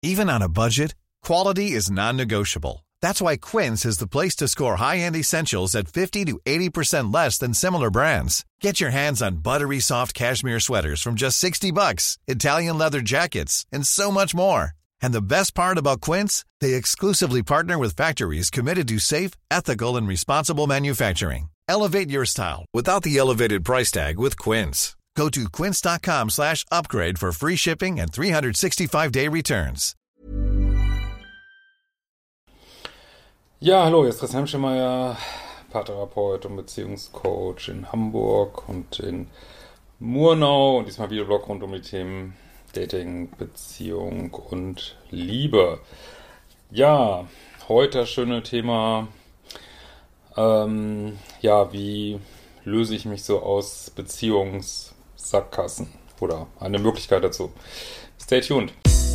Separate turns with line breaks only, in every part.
Even on a budget, quality is non-negotiable. That's why Quince is the place to score high-end essentials at 50 to 80% less than similar brands. Get your hands on buttery soft cashmere sweaters from just $60, Italian leather jackets, and so much more. And the best part about Quince, they exclusively partner with factories committed to safe, ethical, and responsible manufacturing. Elevate your style without the elevated price tag with Quince. Go to quince.com/upgrade for free shipping and 365-day returns.
Ja, hallo, hier ist Chris Hemschemeyer, Paartherapeut und Beziehungscoach in Hamburg und in Murnau und diesmal Videoblog rund um die Themen Dating, Beziehung und Liebe. Ja, heute das schöne Thema, wie löse ich mich so aus Beziehungssackgassen oder eine Möglichkeit dazu. Stay tuned.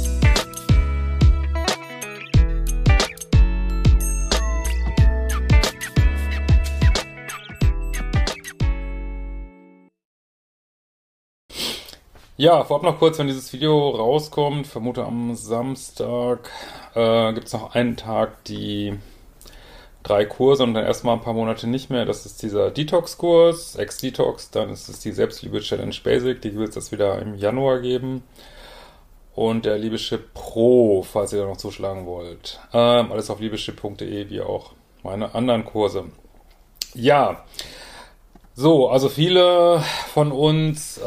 Ja, vorab noch kurz, wenn dieses Video rauskommt, vermute am Samstag, gibt es noch einen Tag die 3 Kurse und dann erstmal ein paar Monate nicht mehr. Das ist dieser Detox-Kurs, Ex-Detox, dann ist es die Selbstliebe-Challenge Basic, die wird es jetzt wieder im Januar geben. Und der Liebeschip Pro, falls ihr da noch zuschlagen wollt. Alles auf liebeschip.de, wie auch meine anderen Kurse. Ja, so, also viele von uns,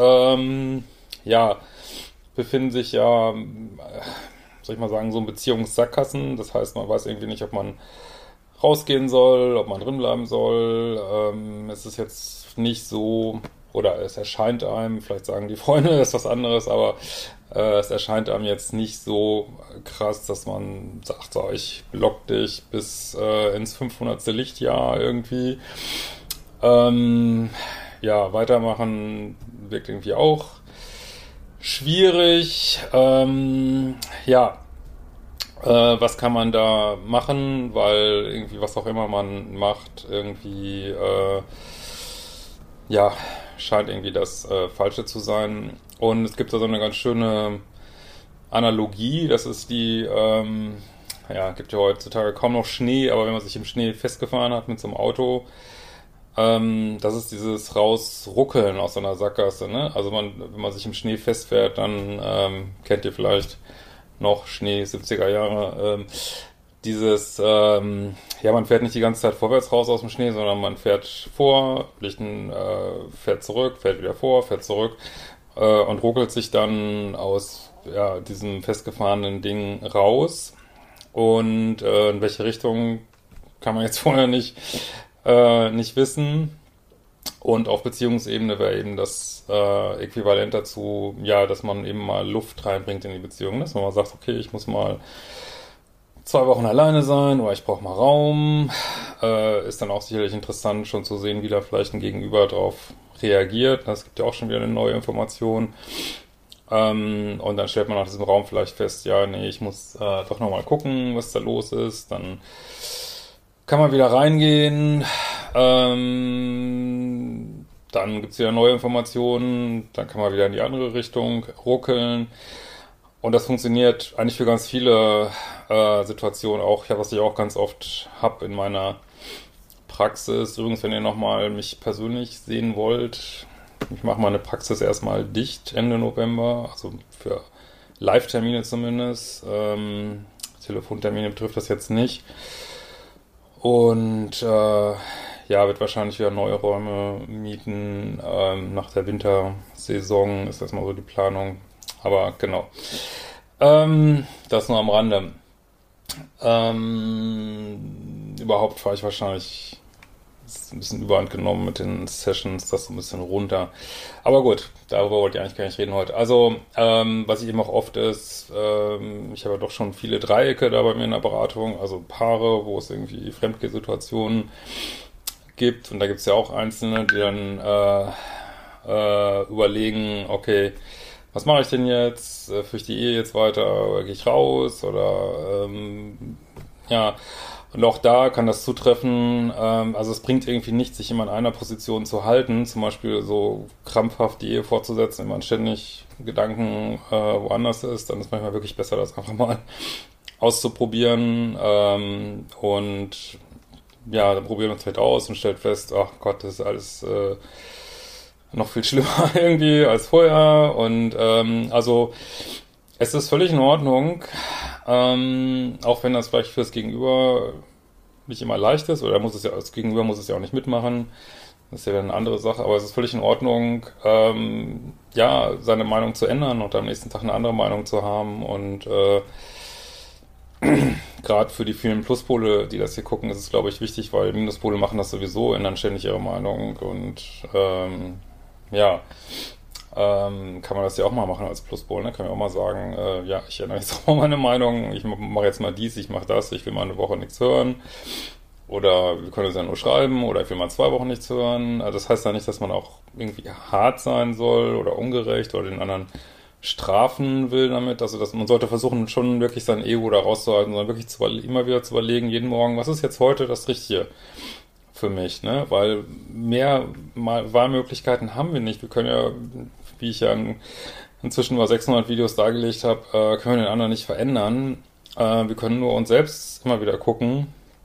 befinden sich ja, soll ich mal sagen, so in Beziehungssackgassen. Das heißt, man weiß irgendwie nicht, ob man rausgehen soll, ob man drinbleiben soll. Es ist jetzt nicht so, oder es erscheint einem, vielleicht sagen die Freunde, das ist was anderes, aber es erscheint einem jetzt nicht so krass, dass man sagt, so, ich block dich bis ins 500. Lichtjahr irgendwie. Weitermachen wirkt irgendwie auch schwierig. Was kann man da machen? Weil irgendwie, was auch immer man macht, irgendwie, scheint irgendwie das Falsche zu sein. Und es gibt da so eine ganz schöne Analogie. Das ist die, gibt ja heutzutage kaum noch Schnee, aber wenn man sich im Schnee festgefahren hat mit so einem Auto, das ist dieses Rausruckeln aus so einer Sackgasse, ne? Also wenn man sich im Schnee festfährt, dann kennt ihr vielleicht noch Schnee, 70er Jahre, man fährt nicht die ganze Zeit vorwärts raus aus dem Schnee, sondern man fährt vor, fährt zurück, fährt wieder vor, fährt zurück und ruckelt sich dann aus diesem festgefahrenen Ding raus. Und in welche Richtung kann man jetzt vorher nicht wissen. Und auf Beziehungsebene wäre eben das Äquivalent dazu, dass man eben mal Luft reinbringt in die Beziehung. Dass man mal sagt, okay, ich muss mal 2 Wochen alleine sein oder ich brauche mal Raum. Ist dann auch sicherlich interessant, schon zu sehen, wie da vielleicht ein Gegenüber drauf reagiert. Es gibt ja auch schon wieder eine neue Information. Und dann stellt man nach diesem Raum vielleicht fest, ich muss doch nochmal gucken, was da los ist. Dann kann man wieder reingehen, dann gibt's wieder neue Informationen, dann kann man wieder in die andere Richtung ruckeln. Und das funktioniert eigentlich für ganz viele Situationen auch, was ich auch ganz oft habe in meiner Praxis. Übrigens, wenn ihr nochmal mich persönlich sehen wollt, ich mache meine Praxis erstmal dicht Ende November, also für Live-Termine zumindest. Telefontermine betrifft das jetzt nicht. Und wird wahrscheinlich wieder neue Räume mieten. Nach der Wintersaison ist das mal so die Planung. Aber genau. Das nur am Rande. Überhaupt fahre ich wahrscheinlich, ist ein bisschen Überhand genommen mit den Sessions, das so ein bisschen runter. Aber gut, darüber wollte ich eigentlich gar nicht reden heute. Also, was ich eben auch oft ist, ich habe ja doch schon viele Dreiecke da bei mir in der Beratung, also Paare, wo es irgendwie Fremdgeh-Situationen gibt. Und da gibt es ja auch Einzelne, die dann überlegen, okay, was mache ich denn jetzt? Führe ich die Ehe jetzt weiter? Oder gehe ich raus? Oder Ja, und auch da kann das zutreffen, also es bringt irgendwie nichts, sich immer in einer Position zu halten, zum Beispiel so krampfhaft die Ehe fortzusetzen, wenn man ständig Gedanken woanders ist, dann ist manchmal wirklich besser, das einfach mal auszuprobieren und ja, dann probiert man es vielleicht aus und stellt fest, ach Gott, das ist alles noch viel schlimmer irgendwie als vorher und also es ist völlig in Ordnung, auch wenn das vielleicht fürs Gegenüber nicht immer leicht ist, oder das Gegenüber muss es ja auch nicht mitmachen, das ist ja dann eine andere Sache, aber es ist völlig in Ordnung, ja, seine Meinung zu ändern und am nächsten Tag eine andere Meinung zu haben und gerade für die vielen Pluspole, die das hier gucken, ist es, glaube ich, wichtig, weil Minuspole machen das sowieso, ändern ständig ihre Meinung und ja, kann man das ja auch mal machen als Pluspol, ne? Kann man auch mal sagen, ja, ich ändere jetzt auch mal meine Meinung, ich mache jetzt mal dies, ich mache das, ich will mal eine Woche nichts hören oder wir können es ja nur schreiben oder ich will mal 2 Wochen nichts hören. Das heißt ja nicht, dass man auch irgendwie hart sein soll oder ungerecht oder den anderen strafen will damit, also man sollte versuchen, schon wirklich sein Ego da rauszuhalten, sondern wirklich immer wieder zu überlegen, jeden Morgen, was ist jetzt heute das Richtige für mich, ne? Weil mehr Wahlmöglichkeiten haben wir nicht. Wir können ja, wie ich ja inzwischen über 600 Videos dargelegt habe, können wir den anderen nicht verändern. Wir können nur uns selbst immer wieder gucken,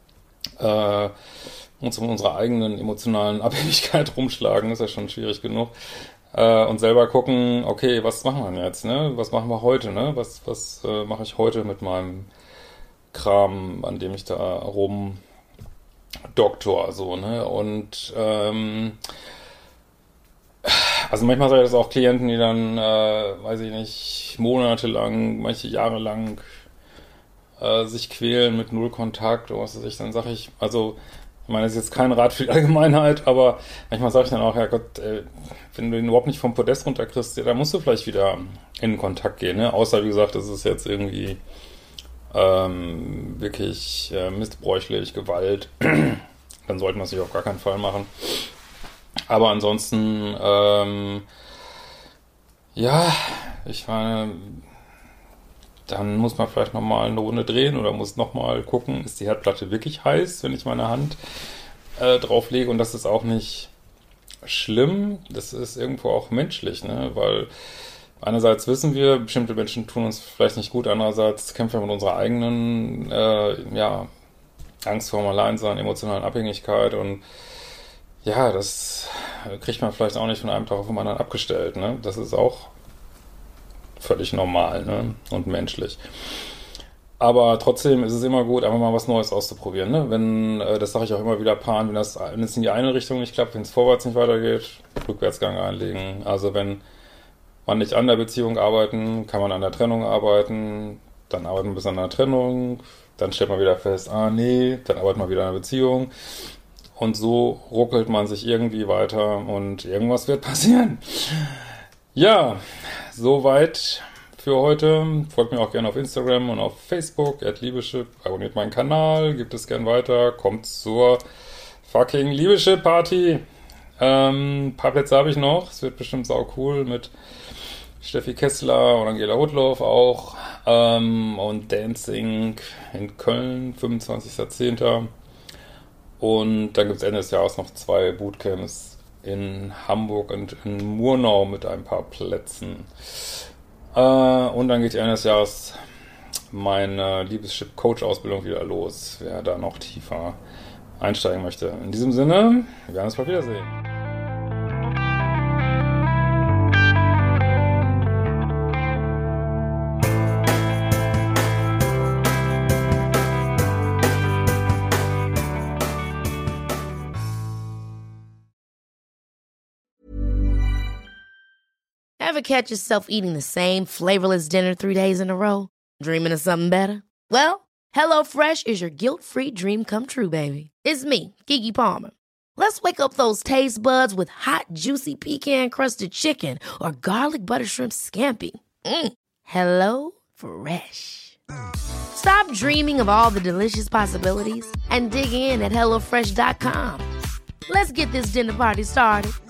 uns um unsere eigenen emotionalen Abhängigkeit rumschlagen, ist ja schon schwierig genug. Und selber gucken, okay, was machen wir jetzt, ne? Was machen wir heute, ne? Was mache ich heute mit meinem Kram, an dem ich da rumdoktor, so, ne? Und also manchmal sage ich das auch Klienten, die dann, weiß ich nicht, monatelang, manche Jahre lang sich quälen mit null Kontakt oder was weiß ich, dann sage ich, also ich meine, das ist jetzt kein Rat für die Allgemeinheit, aber manchmal sage ich dann auch, ja Gott, wenn du ihn überhaupt nicht vom Podest runterkriegst, ja, dann musst du vielleicht wieder in Kontakt gehen, ne? Außer, wie gesagt, das ist jetzt irgendwie wirklich missbräuchlich, Gewalt, dann sollte man es sich auf gar keinen Fall machen. Aber ansonsten, ja, ich meine, dann muss man vielleicht nochmal eine Runde drehen oder muss nochmal gucken, ist die Herdplatte wirklich heiß, wenn ich meine Hand drauflege, und das ist auch nicht schlimm, das ist irgendwo auch menschlich, ne, weil einerseits wissen wir, bestimmte Menschen tun uns vielleicht nicht gut, andererseits kämpfen wir mit unserer eigenen, ja, Angst vor dem Alleinsein, emotionalen Abhängigkeit, und ja, das kriegt man vielleicht auch nicht von einem Tag auf den anderen abgestellt, ne, das ist auch völlig normal, ne? Und menschlich. Aber trotzdem ist es immer gut, einfach mal was Neues auszuprobieren, ne? Wenn, das sage ich auch immer wieder Paaren, wenn es in die eine Richtung nicht klappt, wenn es vorwärts nicht weitergeht, Rückwärtsgang einlegen. Also wenn man nicht an der Beziehung arbeiten, kann man an der Trennung arbeiten, dann arbeitet man bis an der Trennung, dann stellt man wieder fest, nee, dann arbeitet man wieder an der Beziehung. Und so ruckelt man sich irgendwie weiter und irgendwas wird passieren. Ja, soweit für heute. Folgt mir auch gerne auf Instagram und auf Facebook, @Liebeschip. Abonniert meinen Kanal, gebt es gern weiter. Kommt zur fucking Liebeschip-Party. Paar Plätze habe ich noch. Es wird bestimmt sau cool mit Steffi Kessler und Angela Rudloff auch. Und Dancing in Köln, 25.10. Und dann gibt es Ende des Jahres noch 2 Bootcamps in Hamburg und in Murnau mit ein paar Plätzen. Und dann geht Ende des Jahres meine Liebeschip-Coach-Ausbildung wieder los, wer da noch tiefer einsteigen möchte. In diesem Sinne, wir werden uns bald wiedersehen.
Ever catch yourself eating the same flavorless dinner 3 days in a row? Dreaming of something better? Well, HelloFresh is your guilt-free dream come true, baby. It's me, Keke Palmer. Let's wake up those taste buds with hot, juicy pecan-crusted chicken or garlic butter shrimp scampi. Hello Fresh. Stop dreaming of all the delicious possibilities and dig in at HelloFresh.com. Let's get this dinner party started.